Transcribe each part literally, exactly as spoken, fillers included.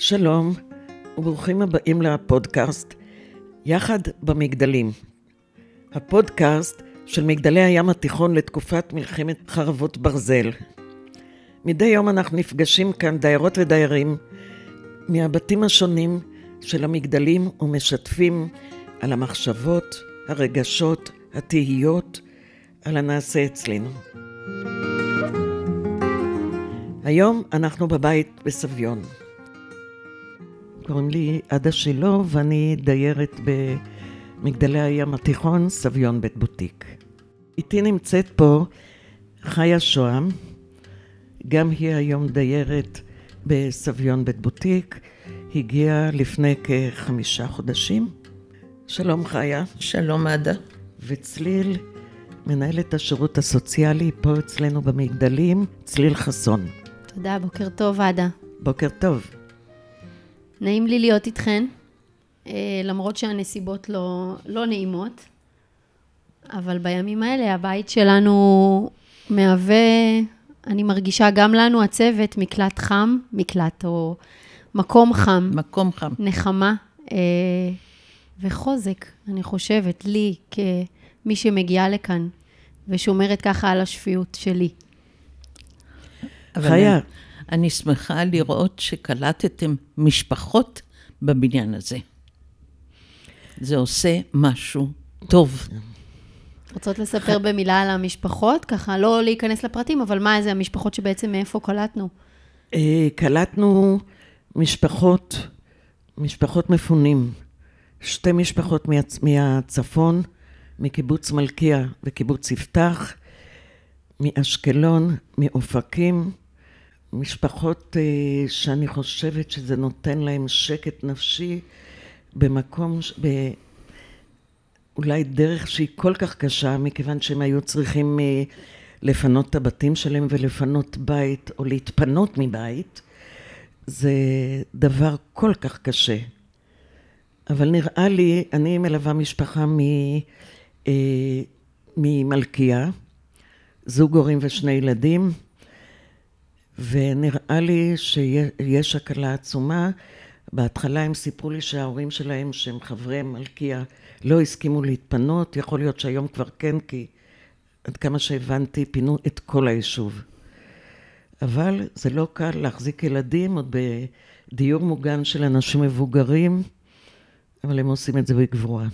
שלום וברוכים הבאים לפודקאסט יחד במגדלים. הפודקאסט של מגדלי הים התיכון לתקופת מלחמת חרבות ברזל. מדי יום אנחנו נפגשים כאן דיירות ודיירים מהבתים השונים של המגדלים ומשתפים על המחשבות, הרגשות, התהיות, על הנעשה אצלנו. היום אנחנו בבית בסביון. קוראים לי עדה שילה ואני דיירת במגדלי הים התיכון, סביון בית בוטיק. איתי נמצאת פה חיה שוהם, גם היא היום דיירת בסביון בית בוטיק, הגיעה לפני כחמישה חודשים. שלום חיה. שלום עדה. וצליל, מנהלת השירות הסוציאלי פה אצלנו במגדלים, צליל חסון. תודה, בוקר טוב עדה. בוקר טוב. נעים לי להיות איתכן, למרות שהנסיבות לא, לא נעימות, אבל בימים האלה הבית שלנו מהווה, אני מרגישה גם לנו הצוות, מקלט חם, מקלט או מקום חם. מקום חם. נחמה וחוזק, אני חושבת, לי כמי שמגיעה לכאן ושומרת ככה על השפיות שלי. חיה. אני, אני שמחה לראות שקלטתם משפחות בבניין הזה. זה עושה משהו טוב. רוצות לספר במילה על המשפחות? ככה, לא להיכנס לפרטים, אבל מה זה המשפחות שבעצם מאיפה קלטנו? קלטנו משפחות, משפחות מפונים. שתי משפחות מהצפון, מקיבוץ מלכיה וקיבוץ יפתח, מאשקלון, מאופקים, משפחות uh, שאני חושבת שזה נותן להם שקט נפשי במקום, ב... אולי דרך שהיא כל כך קשה, מכיוון שהם היו צריכים uh, לפנות את הבתים שלהם ולפנות בית או להתפנות מבית. זה דבר כל כך קשה. אבל נראה לי, אני מלווה משפחה מ, uh, ממלכיה, זוג הורים ושני ילדים, ונראה לי שיש הקלה עצומה. בהתחלה הם סיפרו לי שההורים שלהם, שהם חברי מלכיה, לא הסכימו להתפנות. יכול להיות שהיום כבר כן, כי עד כמה שהבנתי, פינו את כל היישוב. אבל זה לא קל להחזיק ילדים, עוד בדיור מוגן של אנשים מבוגרים, אבל הם עושים את זה בגבורה.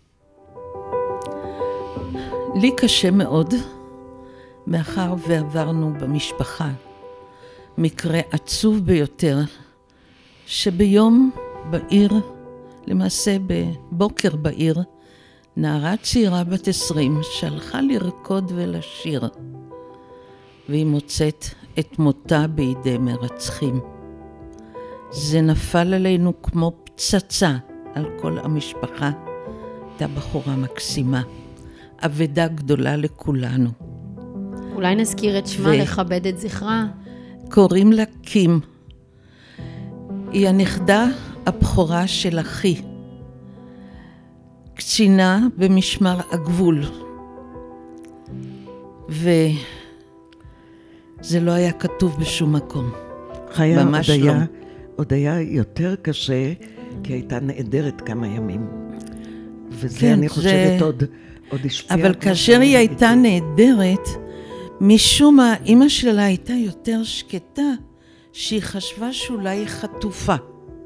לי קשה מאוד, מאחר ועברנו במשפחה מקרה עצוב ביותר, שביום בעיר, למעשה בבוקר בעיר, נערה צעירה בת עשרים שהלכה לרקוד ולשיר, והיא מוצאת את מותה בידי מרצחים. זה נפל עלינו כמו פצצה על כל המשפחה. הייתה בחורה מקסימה, אבדה גדולה לכולנו. אולי נזכיר את שמה, ו... לכבד את זכרה. קוראים לה קים. היא הנכדה הבכורה של אחי, קצינה במשמר הגבול. וזה לא היה כתוב בשום מקום. חיה, ממש עוד היה, לא. עוד היה יותר קשה, כי הייתה נעדרת כמה ימים. וזה כן, אני חושבת זה... עוד, עוד השפיע. אבל כאשר היא הייתה נעדרת, משום מה, אמא שלה הייתה יותר שקטה, שהיא חשבה שאולי היא חטופה.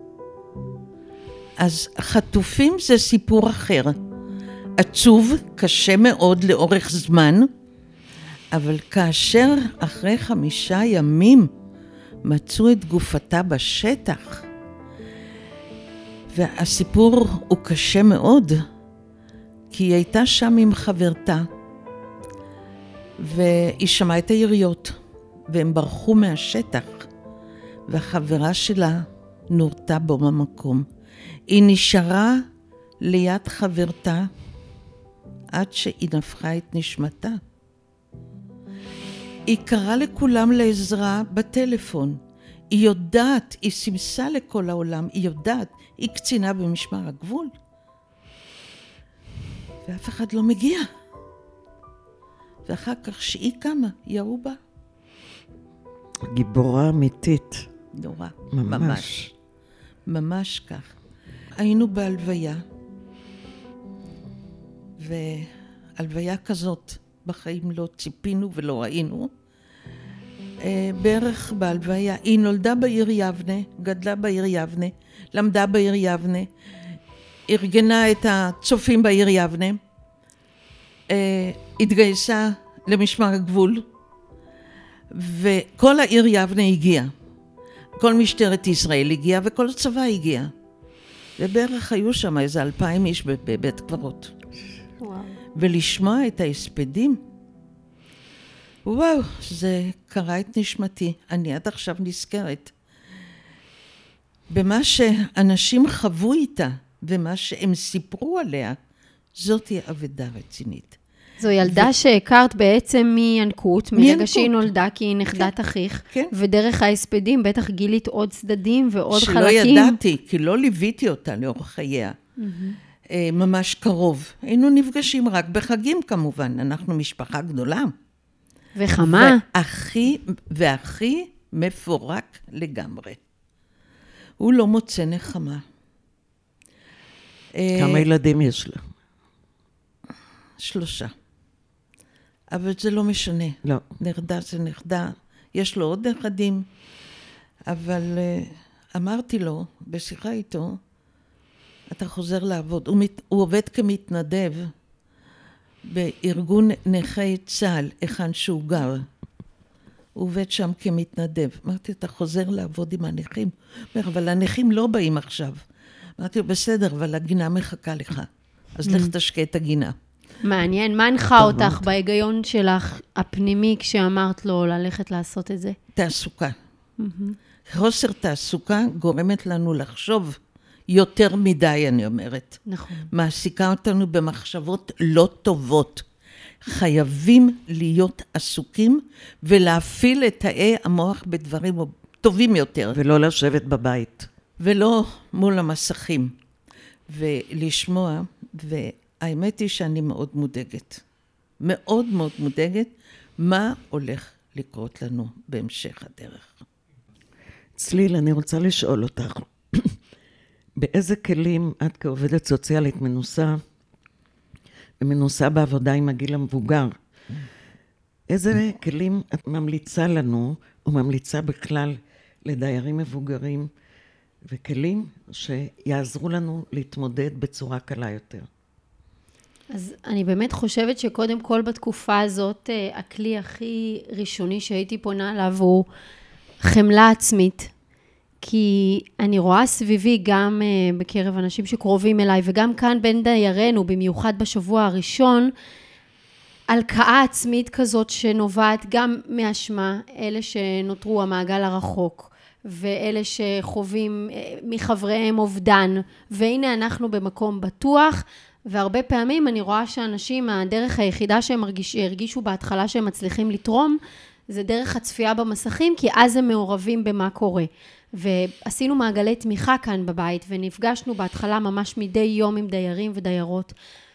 אז חטופים זה סיפור אחר. עצוב, קשה מאוד לאורך זמן, אבל כאשר אחרי חמישה ימים מצאו את גופתה בשטח, והסיפור הוא קשה מאוד, כי היא הייתה שם עם חברתה, והיא שמעה את היריות, והם ברחו מהשטח, והחברה שלה נורתה בו במקום. היא נשארה ליד חברתה, עד שהיא נפחה את נשמתה. היא קראה לכולם לעזרה בטלפון. היא יודעת, היא סימסה לכל העולם, היא יודעת, היא קצינה במשמר הגבול. ואף אחד לא מגיע. ואחר כך שהיא קמה, ירו בה. גיבורה אמיתית. נורא, ממש. ממש. ממש כך. היינו בהלוויה, והלוויה כזאת בחיים לא ציפינו ולא ראינו. בערך בהלוויה, היא נולדה בעיר יבנה, גדלה בעיר יבנה, למדה בעיר יבנה, ארגנה את הצופים בעיר יבנה, התגייסה למשמר הגבול, וכל העיר יבנה הגיעה. כל משטרת ישראל הגיעה וכל הצבא הגיע. ובערך היו שם איזה אלפיים איש בבית קברות. וואו. ולשמוע את ההספדים, וואו, זה קרא את נשמתי. אני עד עכשיו נזכרת. במה שאנשים חוו איתה, ומה שהם סיפרו עליה, זאת היא אבדה רצינית. זו ילדה ו... שהכרת בעצם מינקות, מרגע שהיא נולדה, כי היא נכדת כן, אחיך, כן. ודרך ההספדים בטח גילית עוד צדדים ועוד שלא חלקים. שלא ידעתי, כי לא ליוויתי אותה לאורך חייה. Mm-hmm. ממש קרוב. היינו נפגשים רק בחגים כמובן, אנחנו משפחה גדולה. וחמה. ואחי, ואחי מפורק לגמרי. הוא לא מוצא נחמה. כמה ילדים יש לה? שלושה. אבל זה לא משנה. לא. נכדה זה נכדה. יש לו עוד נכדים. אבל אמרתי לו, בשיחה איתו, אתה חוזר לעבוד. הוא, מת, הוא עובד כמתנדב בארגון נכי צה"ל, היכן שהוא גר. הוא עובד שם כמתנדב. אמרתי, אתה חוזר לעבוד עם הנכים? הוא אומר, אבל הנכים לא באים עכשיו. אמרתי לו, בסדר, אבל הגינה מחכה לך. אז לך תשקה את הגינה. מעניין, מה הנחה אותך בהיגיון שלך הפנימי כשאמרת לו ללכת לעשות את זה? תעסוקה. חוסר תעסוקה גורמת לנו לחשוב יותר מדי, אני אומרת. נכון. מעסיקה אותנו במחשבות לא טובות. חייבים להיות עסוקים ולהפעיל את תאי המוח בדברים טובים יותר. ולא לשבת בבית. ולא מול המסכים. ולשמוע, והאמת היא שאני מאוד מודאגת. מאוד מאוד מודאגת מה הולך לקרות לנו בהמשך הדרך. צליל, אני רוצה לשאול אותך. באיזה כלים את כעובדת סוציאלית מנוסה, ומנוסה בעבודה עם הגיל המבוגר, איזה כלים את ממליצה לנו, או ממליצה בכלל לדיירים מבוגרים, וכלים שיעזרו לנו להתמודד בצורה קלה יותר? אז אני באמת חושבת שקודם כל בתקופה הזאת, הכלי הכי ראשוני שהייתי פונה עליו הוא חמלה עצמית. כי אני רואה סביבי גם uh, בקרב אנשים שקרובים אליי, וגם כאן בין דיירינו, במיוחד בשבוע הראשון, הלקאה עצמית כזאת שנובעת גם מאשמה, אלה שנותרו המעגל הרחוק, ואלה שחווים uh, מחבריהם אובדן, והנה אנחנו במקום בטוח, והרבה פעמים אני רואה שאנשים, הדרך היחידה שהם הרגיש, הרגישו בהתחלה שהם מצליחים לתרום, זה דרך הצפייה במסכים, כי אז הם מעורבים במה קורה. ועשינו מעגלי תמיכה כאן בבית, ונפגשנו בהתחלה ממש מדי יום עם דיירים ודיירות,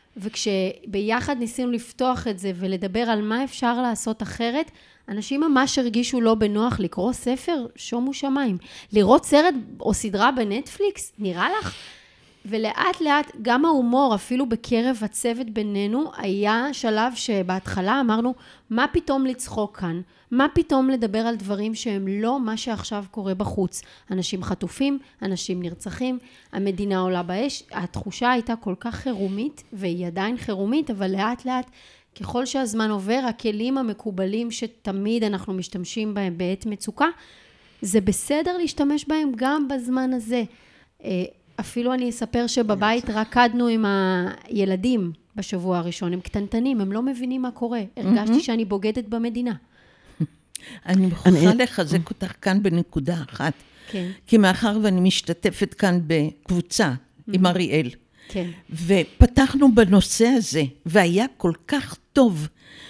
וכשביחד ניסינו לפתוח את זה ולדבר על מה אפשר לעשות אחרת, אנשים ממש הרגישו לא בנוח לקרוא ספר, שומו שמיים. לראות סרט או סדרה בנטפליקס, נראה לך? ולאט לאט גם ההומור, אפילו בקרב הצוות בינינו, היה שלב שבהתחלה אמרנו, מה פתאום לצחוק כאן? מה פתאום לדבר על דברים שהם לא מה שעכשיו קורה בחוץ? אנשים חטופים, אנשים נרצחים, המדינה עולה באש. התחושה הייתה כל כך חירומית, והיא עדיין חירומית, אבל לאט לאט, ככל שהזמן עובר, הכלים המקובלים שתמיד אנחנו משתמשים בהם בעת מצוקה, זה בסדר להשתמש בהם גם בזמן הזה. אפילו אני אספר שבבית רקדנו עם הילדים בשבוע הראשון, הם קטנטנים, הם לא מבינים מה קורה. הרגשתי שאני בוגדת במדינה. אני מוכרחה לחזק אותך כאן בנקודה אחת. כן. כי מאחר ואני משתתפת כאן בקבוצה עם אריאל. כן. ופתחנו בנושא הזה, והיה כל כך טוב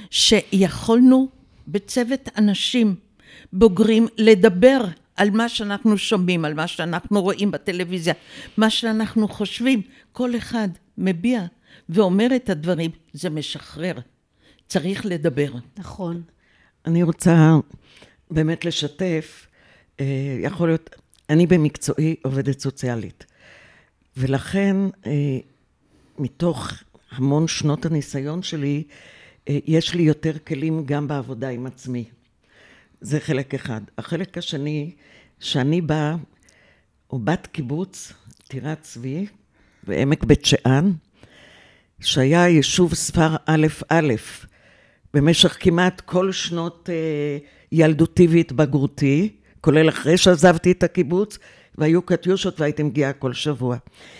שיכולנו בצוות אנשים בוגרים לדבר על מה שאנחנו שומעים, על מה שאנחנו רואים בטלוויזיה, מה שאנחנו חושבים. כל אחד מביע ואומר את הדברים, זה משחרר. צריך לדבר. נכון. אני רוצה באמת לשתף, יכול להיות, אני במקצועי עובדת סוציאלית, ולכן מתוך המון שנות הניסיון שלי, יש לי יותר כלים גם בעבודה עם עצמי. זה חלק אחד. החלק השני, שאני באה, או בת קיבוץ, טירת צבי, בעמק בית שאן, שהיה יישוב ספר א' א', במשך כמעט כל שנות ילדותי והתבגרותי, כולל אחרי שעזבתי את הקיבוץ, והיו קטיושות והייתי מגיעה כל שבוע.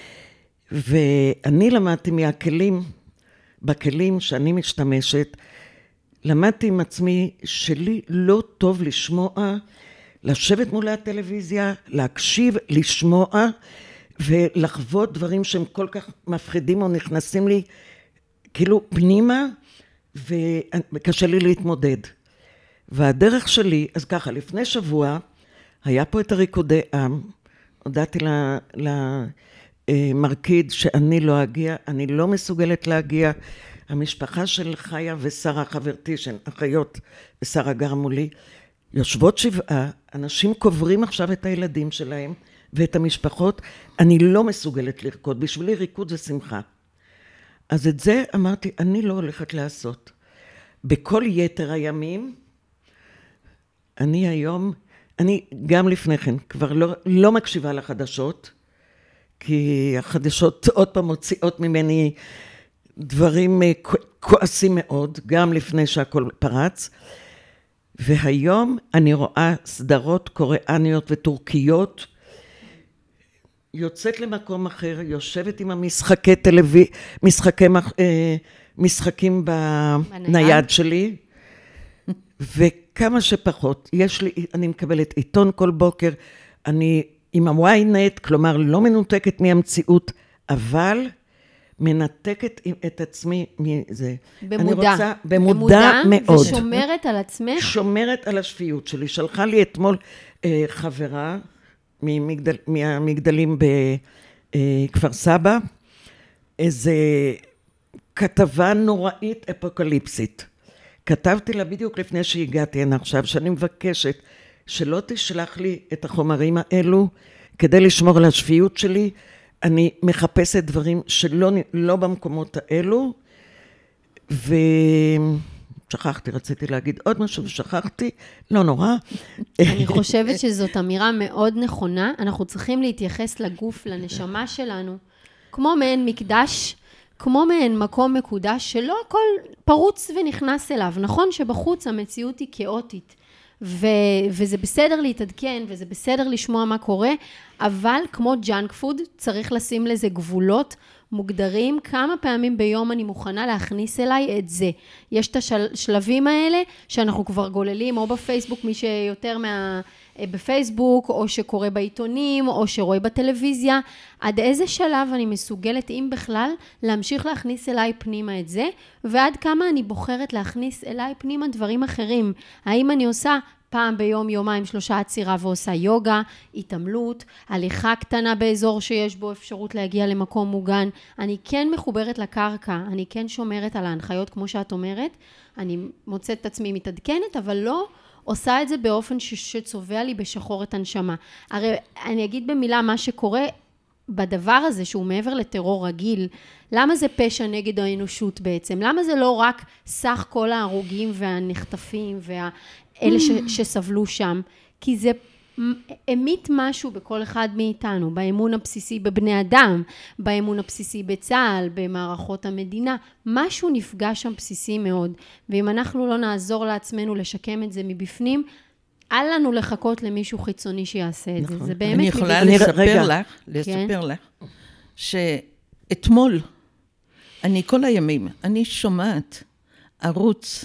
ואני למדתי מהכלים, בכלים שאני משתמשת, למדתי עם עצמי שלי לא טוב לשמוע, לשבת מול הטלוויזיה, להקשיב, לשמוע, ולחוות דברים שהם כל כך מפחידים או נכנסים לי כאילו פנימה, וקשה לי להתמודד. והדרך שלי, אז ככה, לפני שבוע, היה פה את הריקודי עם, הודעתי למרקיד שאני לא אגיע, אני לא מסוגלת להגיע, המשפחה של חיה ושרה חברתי, שהן אחיות ושרה גר מולי, יושבות שבעה, אנשים קוברים עכשיו את הילדים שלהם ואת המשפחות, אני לא מסוגלת לרקוד, בשבילי ריקוד זה שמחה. אז את זה אמרתי, אני לא הולכת לעשות. בכל יתר הימים, אני היום, אני גם לפני כן כבר לא, לא מקשיבה לחדשות, כי החדשות עוד פעם מוציאות ממני דברים כועסים מאוד, גם לפני שהכל פרץ, והיום אני רואה סדרות קוריאניות וטורקיות, יוצאת למקום אחר, יושבת עם המשחקי טלוויזיה, משחקי, משחקים בנייד שלי, וכמה שפחות, יש לי, אני מקבלת עיתון כל בוקר, אני עם הוויינט, כלומר לא מנותקת מהמציאות, אבל מנתקת את עצמי מזה. במודע. אני רוצה, במודע מאוד. ושומרת על עצמך? שומרת על השפיות שלי. שלחה לי אתמול אה, חברה ממגדל, מהמגדלים בכפר סבא, איזה כתבה נוראית אפוקליפסית. כתבתי לה בדיוק לפני שהגעתי הנה עכשיו, שאני מבקשת שלא תשלח לי את החומרים האלו, כדי לשמור על השפיות שלי, אני מחפשת דברים שלא לא במקומות האלו, ושכחתי, רציתי להגיד עוד משהו ושכחתי, לא נורא. אני חושבת שזאת אמירה מאוד נכונה, אנחנו צריכים להתייחס לגוף, לנשמה שלנו, כמו מעין מקדש, כמו מעין מקום מקודש, שלא הכל פרוץ ונכנס אליו. נכון שבחוץ המציאות היא כאוטית, ו- וזה בסדר להתעדכן, וזה בסדר לשמוע מה קורה, אבל כמו ג'אנק פוד, צריך לשים לזה גבולות מוגדרים, כמה פעמים ביום אני מוכנה להכניס אליי את זה. יש את השלבים האלה, שאנחנו כבר גוללים, או בפייסבוק, מי שיותר מה... בפייסבוק, או שקורא בעיתונים, או שרואה בטלוויזיה, עד איזה שלב אני מסוגלת, אם בכלל, להמשיך להכניס אליי פנימה את זה, ועד כמה אני בוחרת להכניס אליי פנימה דברים אחרים. האם אני עושה פעם ביום, יומיים, שלושה עצירה ועושה יוגה, התעמלות, הליכה קטנה באזור שיש בו אפשרות להגיע למקום מוגן. אני כן מחוברת לקרקע, אני כן שומרת על ההנחיות, כמו שאת אומרת, אני מוצאת את עצמי מתעדכנת, אבל לא עושה את זה באופן שצובע לי בשחור את הנשמה. הרי אני אגיד במילה מה שקורה בדבר הזה, שהוא מעבר לטרור רגיל, למה זה פשע נגד האנושות בעצם? למה זה לא רק סך כל ההרוגים והנחטפים ואלה ש, שסבלו שם? כי זה אמית משהו בכל אחד מאיתנו, באמון הבסיסי בבני אדם, באמון הבסיסי בצה"ל, במערכות המדינה, משהו נפגע שם בסיסי מאוד, ואם אנחנו לא נעזור לעצמנו לשקם את זה מבפנים, אל לנו לחכות למישהו חיצוני שיעשה את זה, זה באמת... אני יכולה לספר לך, לספר לך, שאתמול, אני כל הימים, אני שומעת ערוץ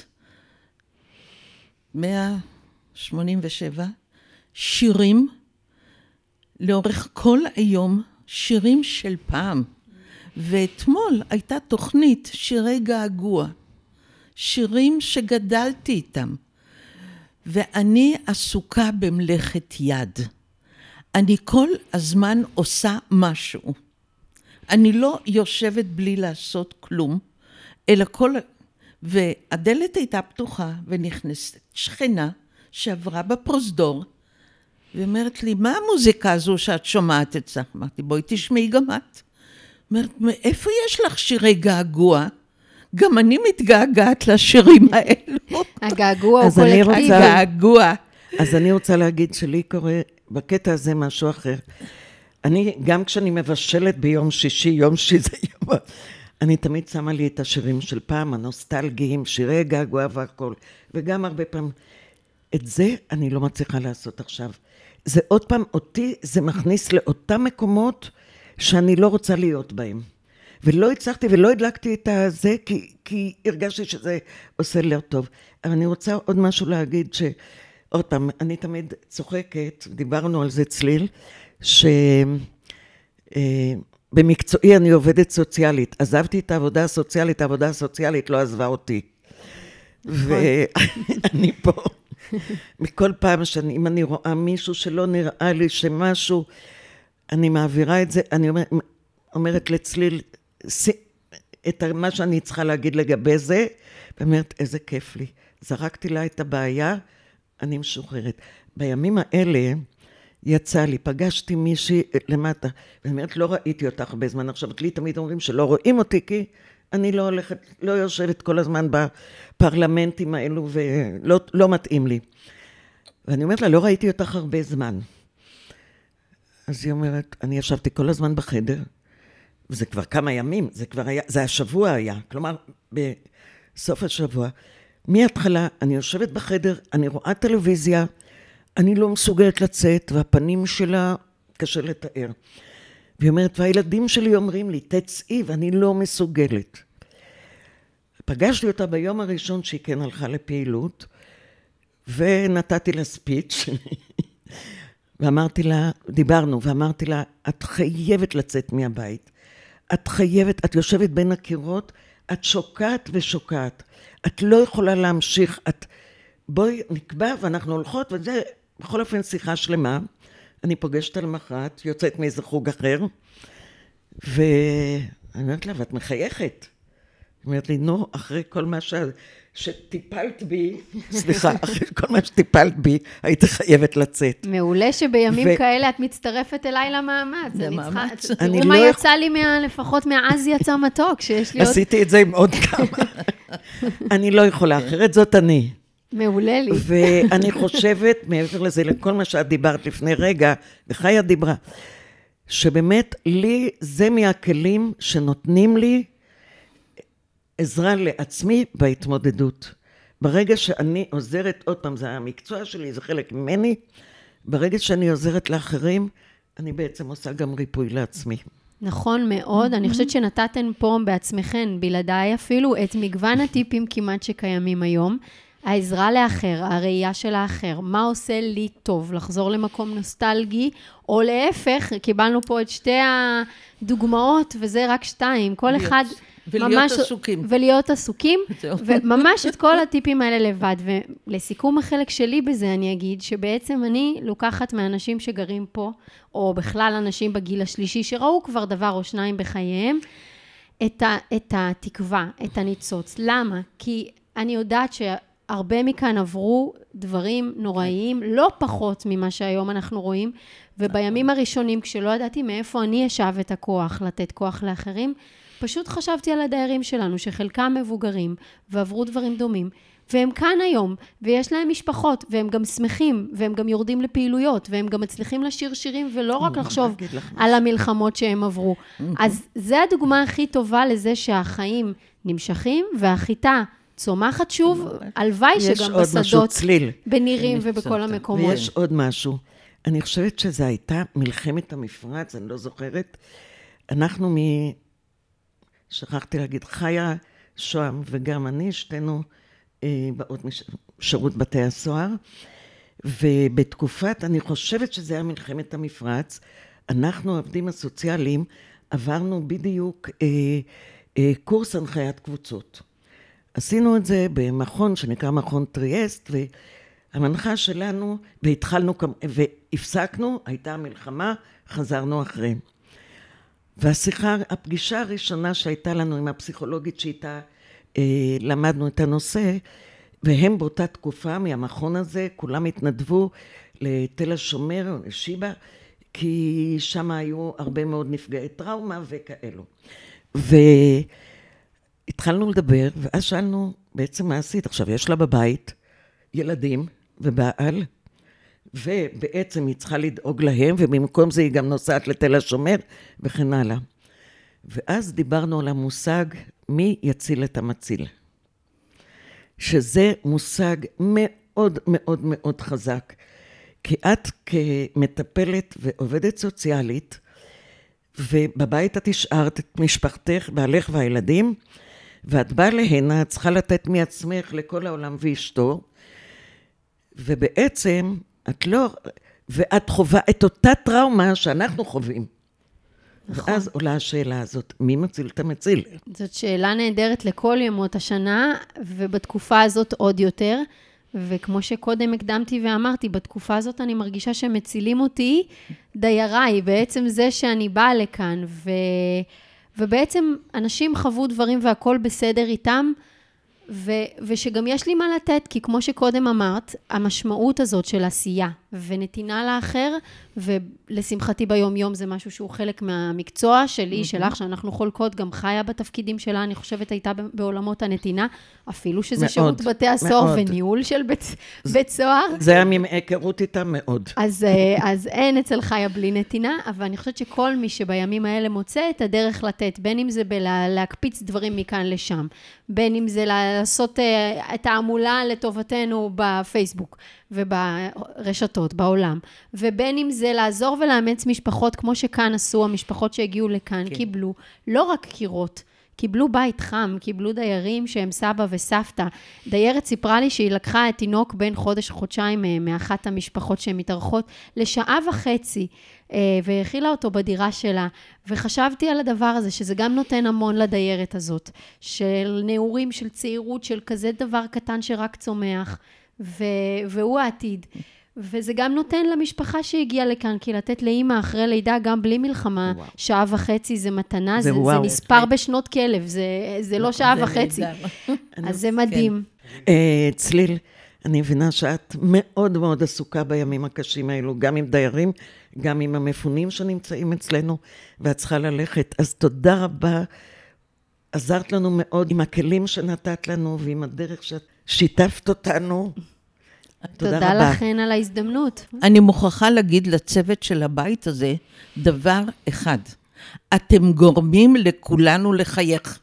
מאה שמונים ושבע, שירים, לאורך כל היום, שירים של פעם. ואתמול הייתה תוכנית שירי געגוע, שירים שגדלתי איתם. ואני עסוקה במלאכת יד. אני כל הזמן עושה משהו. אני לא יושבת בלי לעשות כלום, אלא כל... והדלת הייתה פתוחה ונכנסת שכנה שעברה בפרוזדור, והיא אומרת לי, מה המוזיקה הזו שאת שומעת אצלך? אמרתי, בואי תשמעי גם את. אומרת, מאיפה יש לך שירי געגוע? גם אני מתגעגעת לשירים האלו. הגעגוע הוא אז אני קולקטיבי. רוצה- הגעגוע. אז אני רוצה להגיד שלי קורה בקטע הזה משהו אחר. אני, גם כשאני מבשלת ביום שישי, יום שישי זה יום, אני תמיד שמה לי את השירים של פעם, הנוסטלגיים, שירי געגוע והכל, וגם הרבה פעמים. את זה אני לא מצליחה לעשות עכשיו. זה עוד פעם, אותי זה מכניס לאותם מקומות שאני לא רוצה להיות בהם. ולא הצלחתי ולא הדלקתי את הזה, כי, כי הרגשתי שזה עושה לי טוב. אבל אני רוצה עוד משהו להגיד, ש... עוד פעם, אני תמיד צוחקת, דיברנו על זה צליל, שבמקצועי אני עובדת סוציאלית. עזבתי את העבודה הסוציאלית, העבודה הסוציאלית לא עזבה אותי. ואני פה, מכל פעם שאני, אם אני רואה מישהו שלא נראה לי שמשהו, אני מעבירה את זה, אני אומרת, אומרת לצליל, את מה שאני צריכה להגיד לגבי זה, ואומרת, איזה כיף לי. זרקתי לה את הבעיה, אני משוחררת. בימים האלה יצא לי, פגשתי מישהי למטה, ואומרת, לא ראיתי אותך הרבה זמן. עכשיו, לי תמיד אומרים שלא רואים אותי, כי אני לא הולכת, לא יושבת כל הזמן בפרלמנטים האלו, ולא לא מתאים לי. ואני אומרת לה, לא ראיתי אותך הרבה זמן. אז היא אומרת, אני ישבתי כל הזמן בחדר, וזה כבר כמה ימים, זה כבר היה, זה השבוע היה, כלומר, בסוף השבוע, מההתחלה אני יושבת בחדר, אני רואה טלוויזיה, אני לא מסוגלת לצאת, והפנים שלה קשה לתאר. והיא אומרת, והילדים שלי אומרים לי, תצאי, ואני לא מסוגלת. פגשתי אותה ביום הראשון שהיא כן הלכה לפעילות, ונתתי לה ספיץ', ואמרתי לה, דיברנו, ואמרתי לה, את חייבת לצאת מהבית. את חייבת, את יושבת בין הקירות, את שוקעת ושוקעת. את לא יכולה להמשיך, את, בואי נקבע ואנחנו הולכות, וזה בכל אופן שיחה שלמה. אני פוגשת על מחרת, יוצאת מאיזה חוג אחר, ואני אומרת לה, ואת מחייכת. היא אומרת לי, נו, אחרי כל מה ש... שטיפלת בי, סליחה, אחרי כל מה שטיפלת בי, הייתי חייבת לצאת. מעולה שבימים ו- כאלה את מצטרפת אליי למאמץ. אני למאמץ. צריכה- אני תראו מה לא יכ- יצא לי מה- לפחות מעז יצא מתוק, שיש לי עוד... עשיתי את זה עם עוד כמה. אני לא יכולה, אחרת זאת אני. מעולה לי. ואני חושבת, מעבר לזה, לכל מה שאת דיברת לפני רגע, וחיה דיברה, שבאמת לי זה מהכלים שנותנים לי עזרה לעצמי בהתמודדות. ברגע שאני עוזרת, עוד פעם, זה המקצוע שלי, זה חלק ממני, ברגע שאני עוזרת לאחרים, אני בעצם עושה גם ריפוי לעצמי. נכון מאוד, אני חושבת שנתתן פה בעצמכן, בלעדיי אפילו, את מגוון הטיפים כמעט שקיימים היום. העזרה לאחר, הראייה של האחר, מה עושה לי טוב, לחזור למקום נוסטלגי, או להפך, קיבלנו פה את שתי הדוגמאות, וזה רק שתיים, כל להיות- אחד... ולהיות ממש, עסוקים. ולהיות עסוקים, זהו. וממש את כל הטיפים האלה לבד. ולסיכום החלק שלי בזה, אני אגיד שבעצם אני לוקחת מאנשים שגרים פה, או בכלל אנשים בגיל השלישי, שראו כבר דבר או שניים בחייהם, את, ה, את התקווה, את הניצוץ. למה? כי אני יודעת שהרבה מכאן עברו דברים נוראיים, לא פחות ממה שהיום אנחנו רואים, ובימים הראשונים, כשלא ידעתי מאיפה אני אשאב את הכוח, לתת כוח לאחרים, פשוט חשבתי על הדיירים שלנו, שחלקם מבוגרים, ועברו דברים דומים, והם כאן היום, ויש להם משפחות, והם גם שמחים, והם גם יורדים לפעילויות, והם גם מצליחים לשיר שירים, ולא רק לחשוב על המלחמות שהם עברו. אז זה הדוגמה הכי טובה לזה שהחיים נמשכים, והחיטה צומחת שוב, הלוואי יש שגם עוד משהו, בשדות, צליל. בנירים ובכל המקומות. ויש עוד משהו. אני חושבת שזה הייתה מלחמת המפרץ, אני לא זוכרת. אנחנו מ... שכחתי להגיד, חיה שוהם וגם אני, שתינו אה, באות משירות בתי הסוהר, ובתקופת, אני חושבת שזה היה מלחמת המפרץ, אנחנו העובדים הסוציאליים עברנו בדיוק אה, אה, קורס הנחיית קבוצות. עשינו את זה במכון שנקרא מכון טריאסט, והמנחה שלנו, והתחלנו, והפסקנו, הייתה המלחמה, חזרנו אחרי. והשיחה, הפגישה הראשונה שהייתה לנו עם הפסיכולוגית שאיתה אה, למדנו את הנושא, והם באותה תקופה מהמכון הזה, כולם התנדבו לתל השומר, לשיבא, כי שם היו הרבה מאוד נפגעי טראומה וכאלו. והתחלנו לדבר, ואז שאלנו בעצם מה עשית. עכשיו, יש לה בבית ילדים ובעל, ובעצם היא צריכה לדאוג להם, ובמקום זה היא גם נוסעת לתל השומר, וכן הלאה. ואז דיברנו על המושג, מי יציל את המציל. שזה מושג מאוד מאוד מאוד חזק. כי את כמטפלת ועובדת סוציאלית, ובבית את השארת את משפחתך, בעלך והילדים, ואת באה להנה, את צריכה לתת מעצמך לכל העולם ואשתו, ובעצם את לא, ואת חובה את אותה טראומה שאנחנו חווים. נכון. ואז עולה השאלה הזאת, מי מציל את המציל? זאת שאלה נהדרת לכל ימות השנה, ובתקופה הזאת עוד יותר, וכמו שקודם הקדמתי ואמרתי, בתקופה הזאת אני מרגישה שמצילים אותי דייריי, בעצם זה שאני באה לכאן, ו... ובעצם אנשים חוו דברים והכל בסדר איתם, ו... ושגם יש לי מה לתת, כי כמו שקודם אמרת, המשמעות הזאת של עשייה ונתינה לאחר, ולשמחתי ביום יום זה משהו שהוא חלק מהמקצוע שלי, שלך, שאנחנו חולקות, גם חיה בתפקידים שלה, אני חושבת הייתה בעולמות הנתינה, אפילו שזה מאוד, שירות בתי הסוהר וניהול של בית, בית סוהר. זה היה מהיכרות איתה מאוד. אז, אז אין אצל חיה בלי נתינה, אבל אני חושבת שכל מי שבימים האלה מוצא את הדרך לתת, בין אם זה להקפיץ דברים מכאן לשם, בין אם זה לעשות את העמולה לטובתנו בפייסבוק, וברשתות, בעולם. ובין אם זה לעזור ולאמץ משפחות, כמו שכאן עשו, המשפחות שהגיעו לכאן, כן. קיבלו לא רק קירות, קיבלו בית חם, קיבלו דיירים שהם סבא וסבתא. דיירת סיפרה לי שהיא לקחה את תינוק בין חודש חודשיים מאחת המשפחות שהן מתארחות, לשעה וחצי, והכילה אותו בדירה שלה. וחשבתי על הדבר הזה, שזה גם נותן המון לדיירת הזאת, של נעורים, של צעירות, של כזה דבר קטן שרק צומח, ו- והוא העתיד. וזה גם נותן למשפחה שהגיעה לכאן, כי לתת לאמא אחרי לידה גם בלי מלחמה, וואו. שעה וחצי זה מתנה, זה, זה, זה נספר בשנות כלב, זה, זה לא שעה זה וחצי. אז זה מדהים. כן. Uh, צליל, אני מבינה שאת מאוד מאוד עסוקה בימים הקשים האלו, גם עם דיירים, גם עם המפונים שנמצאים אצלנו, ואת צריכה ללכת. אז תודה רבה, עזרת לנו מאוד עם הכלים שנתת לנו, ועם הדרך שאת שיתפת אותנו. תודה, תודה לכן על ההזדמנות. אני מוכרחה להגיד לצוות של הבית הזה דבר אחד. אתם גורמים לכולנו לחייך.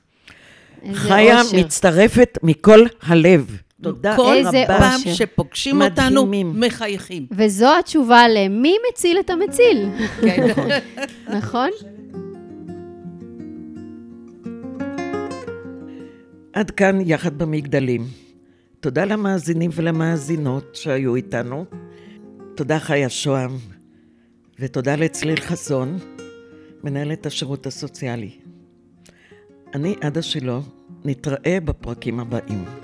חיה אושר. מצטרפת מכל הלב. תודה כל רבה. פעם שפוגשים אותנו מחייכים. וזו התשובה למי מציל את המציל. כן, נכון. נכון? עד כאן יחד במגדלים. תודה למאזינים ולמאזינות שהיו איתנו. תודה חיה שוהם, ותודה לצליל חסון, מנהלת השירות הסוציאלי. אני עדה שלו, נתראה בפרקים הבאים.